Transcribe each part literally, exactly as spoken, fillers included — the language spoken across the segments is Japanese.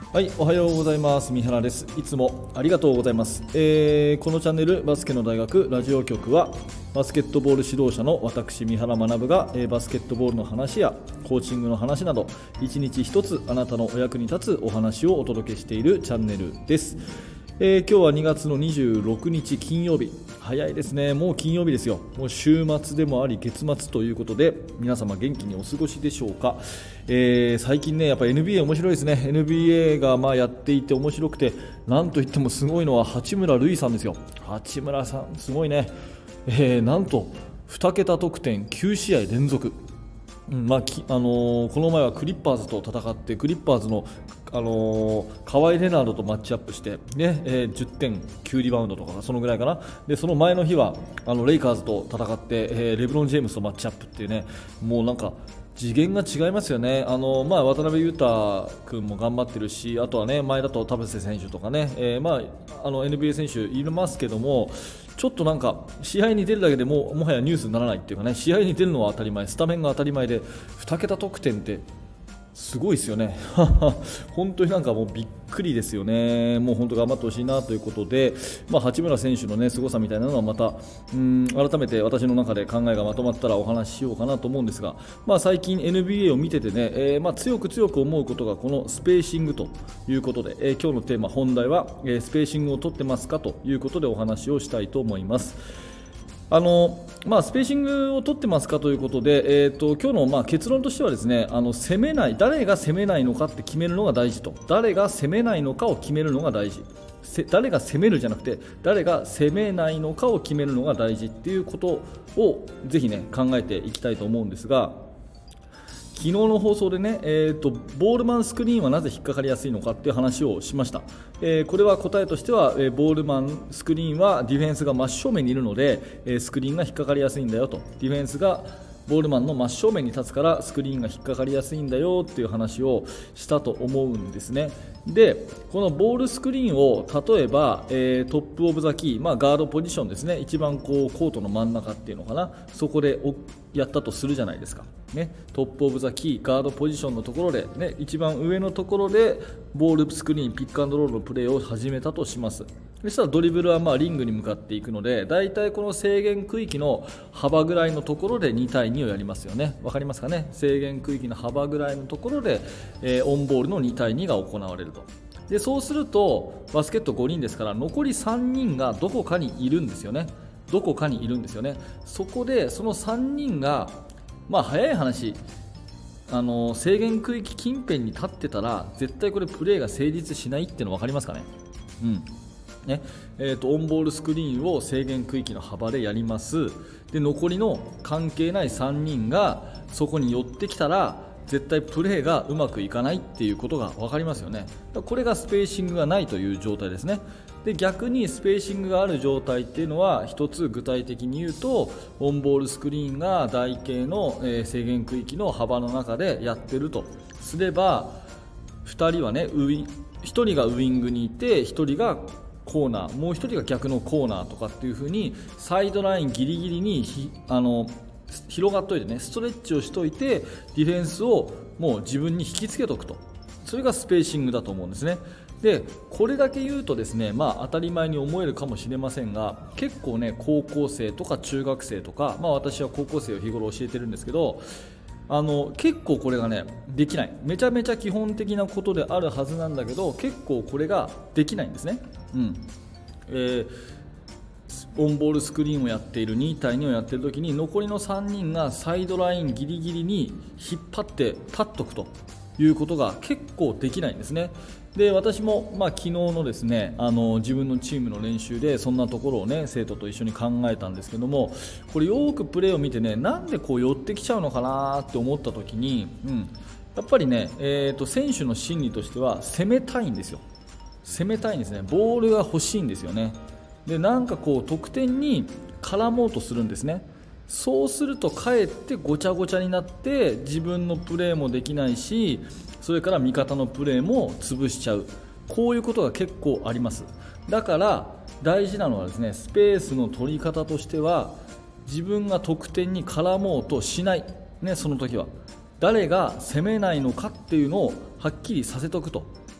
はい、おはようございます。三原です。いつもありがとうございます。えーこのチャンネルバスケの大学ラジオ局はバスケットボール指導者の私三原学が、えーバスケットボールの話やコーチングの話など一日一つあなたのお役に立つお話をお届けしているチャンネルです。えー今日はにがつのにじゅうろくにち金曜日、早いですね。もう金曜日ですよ。もう週末でもあり月末ということで、皆様元気にお過ごしでしょうか。えー最近ね、やっぱ エヌビーエー 面白いですね。 エヌビーエー がまあやっていて面白くて、なんといってもすごいのは八村塁さんですよ。八村さんすごいね。えーなんとにけた得点きゅうしあい連続。うんまあきあのーこの前はクリッパーズと戦って、クリッパーズの、あのー、カワイ・レナードとマッチアップして、ねえーじゅってんきゅうリバウンドとかそのぐらいかな。でその前の日はあのレイカーズと戦って、えーレブロン・ジェームスとマッチアップっていうね、もうなんか次元が違いますよね。あの、まあ、渡辺裕太君も頑張ってるし、あとはね前だと田臥選手とかね、えーまあ、あの エヌビーエー 選手いますけども、ちょっとなんか試合に出るだけでももはやニュースにならないっていうかね、試合に出るのは当たり前、スタメンが当たり前でにけた得点ってすごいですよね。本当になんかもうびっくりですよね。もう本当頑張ってほしいなということで、まあ、八村選手のね凄さみたいなのはまたうん改めて私の中で考えがまとまったらお話ししようかなと思うんですが、まあ、最近 エヌビーエー を見ててね、えーまあ、強く強く思うことがこのスペーシングということで、えー今日のテーマ本題は、えースペーシングを取ってますかということでお話をしたいと思います。あのまあ、スペーシングを取ってますかということで、えー、と今日のまあ結論としてはですね、あの攻めない誰が攻めないのかって決めるのが大事と、誰が攻めないのかを決めるのが大事、せ誰が攻めるじゃなくて誰が攻めないのかを決めるのが大事っていうことをぜひね考えていきたいと思うんですが、昨日の放送でね、えーと、ボールマンスクリーンはなぜ引っかかりやすいのかっていう話をしました。えーこれは答えとしては、えーボールマンスクリーンはディフェンスが真正面にいるので、えースクリーンが引っかかりやすいんだよと、ディフェンスがボールマンの真正面に立つからスクリーンが引っかかりやすいんだよっていう話をしたと思うんですね。でこのボールスクリーンを例えば、えートップオブザキー、まあ、ガードポジションですね、一番こうコートの真ん中っていうのかな、そこでおやったとするじゃないですか、ね、トップオブザキーガードポジションのところで、ね、一番上のところでボールスクリーンピックアンドロールのプレーを始めたとします。そしたらドリブルはまあリングに向かっていくので、だいたいこの制限区域の幅ぐらいのところでにたいにをやりますよね。わかりますかね。制限区域の幅ぐらいのところで、えーオンボールのにたいにが行われると。でそうするとバスケットごにんですから、残りさんにんがどこかにいるんですよね。どこかにいるんですよね。そこでそのさんにんが、まあ早い話、あの制限区域近辺に立ってたら絶対これプレーが成立しないっていうの分かりますかね。うんねえー、とオンボールスクリーンを制限区域の幅でやります。で残りの関係ないさんにんがそこに寄ってきたら絶対プレーがうまくいかないっていうことが分かりますよね。だからこれがスペーシングがないという状態ですね。で逆にスペーシングがある状態っていうのは一つ具体的に言うと、オンボールスクリーンが台形の、えー制限区域の幅の中でやってるとすれば、ふたりはねウィンひとりがウイングにいてひとりがコーナー、もうひとりが逆のコーナーとかっていう風にサイドラインギリギリにひあの広がっといてね、ストレッチをしといてディフェンスをもう自分に引きつけとくと、それがスペーシングだと思うんですね。でこれだけ言うとですね、まあ、当たり前に思えるかもしれませんが、結構ね高校生とか中学生とか、まあ、私は高校生を日頃教えてるんですけど、あの結構これがねできない、めちゃめちゃ基本的なことであるはずなんだけど、結構これができないんですね。うんえーオンボールスクリーンをやっているにたいにをやっているときに、残りのさんにんがサイドラインギリギリに引っ張って立っとくということが結構できないんですね。で私も、まあ、昨日のですねあの自分のチームの練習でそんなところをね生徒と一緒に考えたんですけども、これよくプレーを見てね、なんでこう寄ってきちゃうのかなって思ったときに、うん、やっぱりね、えーと、選手の心理としては攻めたいんですよ。攻めたいんですね。ボールが欲しいんですよね。でなんかこう得点に絡もうとするんですね。そうするとかえってごちゃごちゃになって自分のプレーもできないし、それから味方のプレーも潰しちゃう、こういうことが結構あります。だから大事なのはですね、スペースの取り方としては自分が得点に絡もうとしない、ね、その時は誰が攻めないのかっていうのをはっきりさせておくと。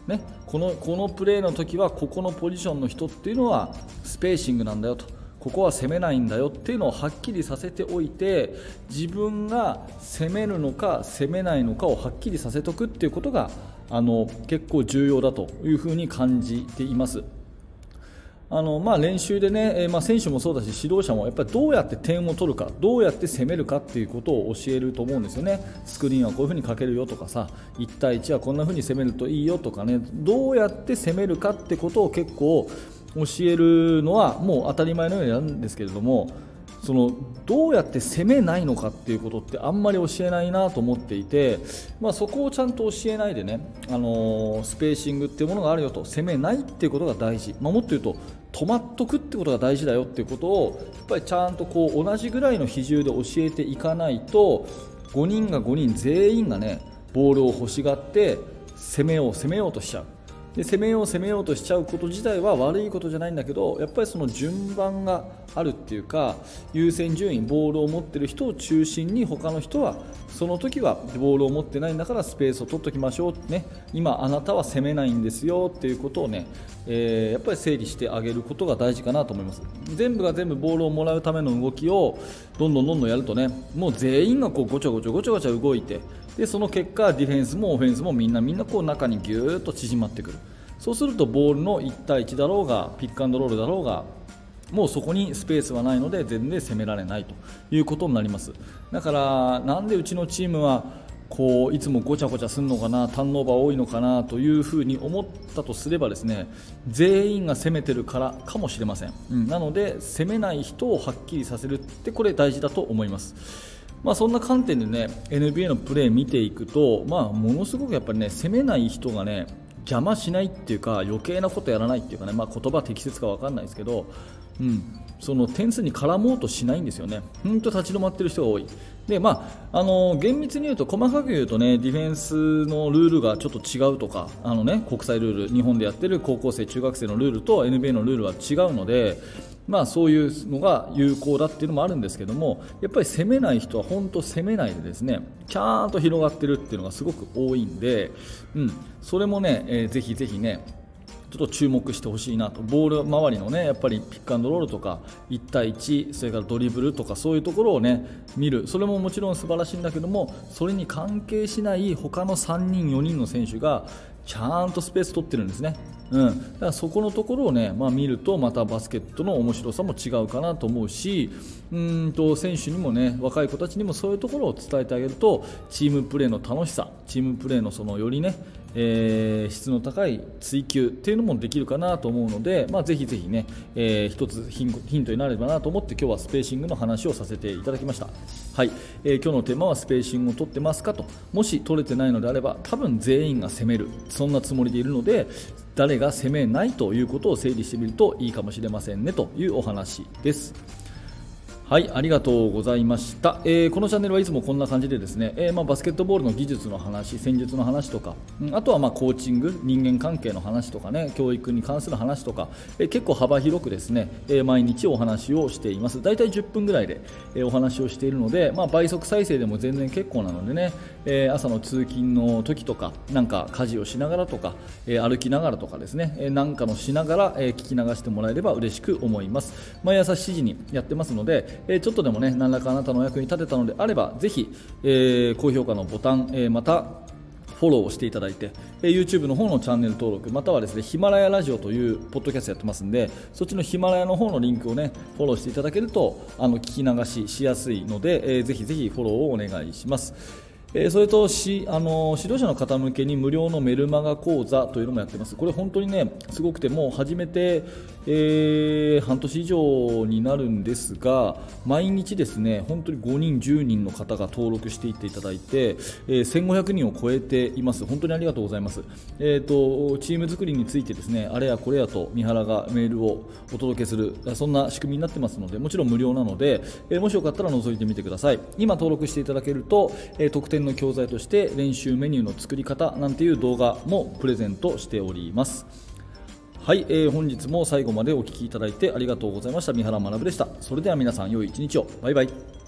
ね、この、このプレーの時はここのポジションの人っていうのはスペーシングなんだよと、ここは攻めないんだよっていうのをはっきりさせておいて、自分が攻めるのか攻めないのかをはっきりさせておくっていうことがあの結構重要だというふうに感じています。あのまあ、練習でね、えーまあ、選手もそうだし指導者もやっぱりどうやって点を取るか、どうやって攻めるかっていうことを教えると思うんですよね。スクリーンはこういうふうにかけるよとかさ、いち対いちはこんなふうに攻めるといいよとかね、どうやって攻めるかってことを結構教えるのはもう当たり前のようにやるんですけれども、そのどうやって攻めないのかっていうことってあんまり教えないなと思っていて、まあ、そこをちゃんと教えないでね、あのー、スペーシングっていうものがあるよと、攻めないっていうことが大事、まあ、もっと言うと止まっとくってことが大事だよっていうことをやっぱりちゃんとこう同じぐらいの比重で教えていかないと、ごにんがごにん全員がねボールを欲しがって攻めよう攻めようとしちゃう。で攻めよう攻めようとしちゃうこと自体は悪いことじゃないんだけど、やっぱりその順番があるっていうか、優先順位、ボールを持っている人を中心に他の人はその時はボールを持ってないんだからスペースを取っておきましょう、ね、今あなたは攻めないんですよっていうことをね、えー、やっぱり整理してあげることが大事かなと思います。全部が全部ボールをもらうための動きをどんどんどんどんやるとね、もう全員がこうごちゃごちゃごちゃごちゃ動いて、でその結果ディフェンスもオフェンスもみんなみんなこう中にギューッと縮まってくる。そうするとボールのいち対いちだろうがピックアンドロールだろうがもうそこにスペースはないので全然攻められないということになります。だからなんでうちのチームはこういつもごちゃごちゃするのかな、ターンオーバー多いのかなというふうに思ったとすればですね、全員が攻めてるからかもしれません、うん、なので攻めない人をはっきりさせるってこれ大事だと思います。まあ、そんな観点でね エヌビーエー のプレー見ていくと、まあ、ものすごくやっぱりね攻めない人がね邪魔しないっていうか余計なことやらないっていうかね、まあ、言葉適切か分かんないですけど、うん、その点数に絡もうとしないんですよね。本当立ち止まってる人が多い。で、まあ、あの厳密に言うと細かく言うとねディフェンスのルールがちょっと違うとか、あの、ね、国際ルール、日本でやってる高校生中学生のルールと エヌビーエー のルールは違うので、まあ、そういうのが有効だっていうのもあるんですけども、やっぱり攻めない人は本当攻めないでですねちゃんと広がってるっていうのがすごく多いんで、うん、それもね、えー、ぜひぜひねちょっと注目してほしいなと。ボール周りのねやっぱりピックアンドロールとかいち対いち、それからドリブルとかそういうところをね見る、それももちろん素晴らしいんだけども、それに関係しない他のさんにんよにんの選手がちゃんとスペース取ってるんですね。うん、だからそこのところをね、まあ、見るとまたバスケットの面白さも違うかなと思うし、うーんと選手にもね若い子たちにもそういうところを伝えてあげるとチームプレーの楽しさ、チームプレーのそのよりね、えー、質の高い追求っていうのもできるかなと思うので、まあ、ぜひぜひね、えー、一つヒンヒントになればなと思って今日はスペーシングの話をさせていただきました。はい、えー、今日のテーマはスペーシングを取ってますかと。もし取れてないのであれば多分全員が攻めるそんなつもりでいるので、誰が攻めないということを整理してみるといいかもしれませんねというお話です。はい、ありがとうございました。えー、このチャンネルはいつもこんな感じでですね、えーまあ、バスケットボールの技術の話、戦術の話とか、うん、あとはまあコーチング、人間関係の話とかね、教育に関する話とか、えー、結構幅広くですね、えー、毎日お話をしています。だいたいじゅっぷんぐらいで、えー、お話をしているので、まあ、倍速再生でも全然結構なのでね、えー、朝の通勤の時とか、なんか家事をしながらとか、えー、歩きながらとかですね、えー、なんかのしながら、えー、聞き流してもらえれば嬉しく思います。毎朝しちじにやってますので、えー、ちょっとでもね何らかあなたのお役に立てたのであればぜひ、えー、高評価のボタン、えー、またフォローをしていただいて、えー、YouTube の方のチャンネル登録またはですねヒマラヤラジオというポッドキャストやってますんで、そっちのヒマラヤの方のリンクをねフォローしていただけるとあの聞き流ししやすいので、えー、ぜひぜひフォローをお願いします。えー、それとしあの指導者の方向けに無料のメルマガ講座というのもやってます。これ本当にねすごくてもう始めて、えー、半年以上になるんですが、毎日ですね本当にごにんじゅうにんの方が登録していっていただいて、えー、せんごひゃくにんを超えています。本当にありがとうございます。えーと、チーム作りについてですねあれやこれやと三原がメールをお届けするそんな仕組みになってますので、もちろん無料なので、えー、もしよかったら覗いてみてください。今登録していただけると、えー、特典の教材として練習メニューの作り方なんていう動画もプレゼントしております。はい、えー、本日も最後までお聞きいただいてありがとうございました。三原学でした。それでは皆さん良い一日を。バイバイ。